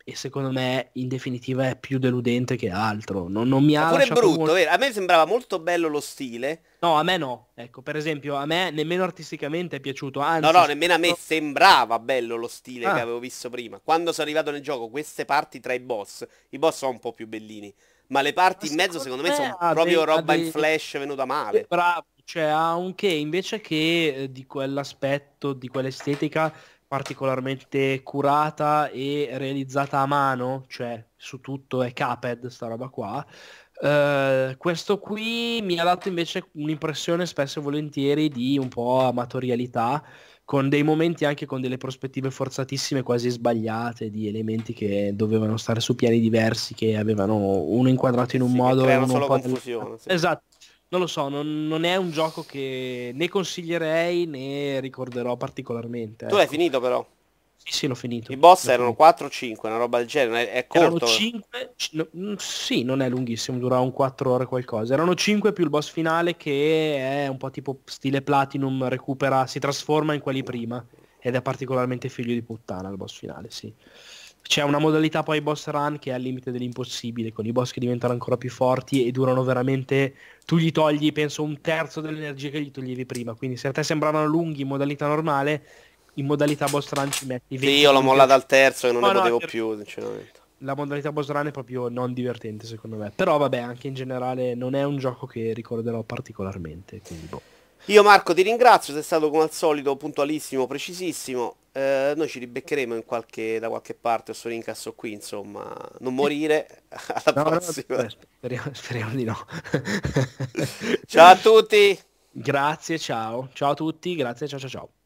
Speaker 2: e secondo me in definitiva è più deludente che altro. Non, non mi
Speaker 1: Ma
Speaker 2: ha
Speaker 1: pure
Speaker 2: lasciato
Speaker 1: brutto,
Speaker 2: molto.
Speaker 1: vero? A me sembrava molto bello lo stile.
Speaker 2: No, a me no. Ecco, per esempio, a me nemmeno artisticamente è piaciuto,
Speaker 1: No,
Speaker 2: anzi,
Speaker 1: no, nemmeno a me
Speaker 2: spesso...
Speaker 1: sembrava bello lo stile che
Speaker 2: Ah,
Speaker 1: avevo visto prima. Quando sono arrivato nel gioco, queste parti tra i boss, i boss sono un po' più bellini. Ma le
Speaker 2: ma
Speaker 1: parti in mezzo,
Speaker 2: secondo
Speaker 1: secondo me,
Speaker 2: me
Speaker 1: sono
Speaker 2: ha
Speaker 1: proprio
Speaker 2: dei, ha
Speaker 1: roba in
Speaker 2: dei-
Speaker 1: flash venuta
Speaker 2: eh,
Speaker 1: male.
Speaker 2: bravo, cioè ha un che invece che eh, di quell'aspetto, di quell'estetica particolarmente curata e realizzata a mano, cioè su tutto è Cuphead, sta roba qua. Eh, questo qui mi ha dato invece un'impressione spesso e volentieri di un po' amatorialità, con dei momenti anche con delle prospettive forzatissime, quasi sbagliate, di elementi che dovevano stare su piani diversi, che avevano uno inquadrato
Speaker 1: Sì,
Speaker 2: in un
Speaker 1: sì, che
Speaker 2: modo e
Speaker 1: creano
Speaker 2: uno un
Speaker 1: solo
Speaker 2: po' nell'altro.
Speaker 1: confusione, sì.
Speaker 2: Esatto. Non lo so, non, non è un gioco che né consiglierei né ricorderò particolarmente,
Speaker 1: Tu l'hai
Speaker 2: ecco.
Speaker 1: finito però.
Speaker 2: Sì, sì, l'ho
Speaker 1: I
Speaker 2: finito,
Speaker 1: boss
Speaker 2: l'ho
Speaker 1: erano
Speaker 2: finito.
Speaker 1: quattro o cinque, una roba del genere. È, è
Speaker 2: Erano
Speaker 1: corto.
Speaker 2: cinque, sì, non è lunghissimo, dura un quattro ore qualcosa. Erano cinque più il boss finale che è un po' tipo stile Platinum, recupera, si trasforma in quelli prima ed è particolarmente figlio di puttana il boss finale, sì. C'è una modalità poi boss run che è al limite dell'impossibile, con i boss che diventano ancora più forti e durano veramente, tu gli togli, penso, un terzo dell'energia che gli toglievi prima. Quindi se a te sembravano lunghi in modalità normale, in modalità boss run ci metti
Speaker 1: Sì,
Speaker 2: venti
Speaker 1: io l'ho
Speaker 2: minuti.
Speaker 1: mollata al terzo e non ne
Speaker 2: No, no, è
Speaker 1: potevo
Speaker 2: vero.
Speaker 1: più, sinceramente.
Speaker 2: La modalità boss run è proprio non divertente secondo me. Però vabbè, anche in generale non è un gioco che ricorderò particolarmente. Quindi boh.
Speaker 1: Io Marco ti ringrazio, sei stato come al solito puntualissimo, precisissimo. Eh, noi ci ribeccheremo in qualche, da qualche parte o sono incasso qui, insomma, non
Speaker 2: Eh,
Speaker 1: morire. Alla
Speaker 2: No, no,
Speaker 1: prossima.
Speaker 2: beh, speriamo, speriamo di no.
Speaker 1: Ciao a tutti!
Speaker 2: Grazie, ciao. Ciao a tutti, grazie, ciao ciao ciao.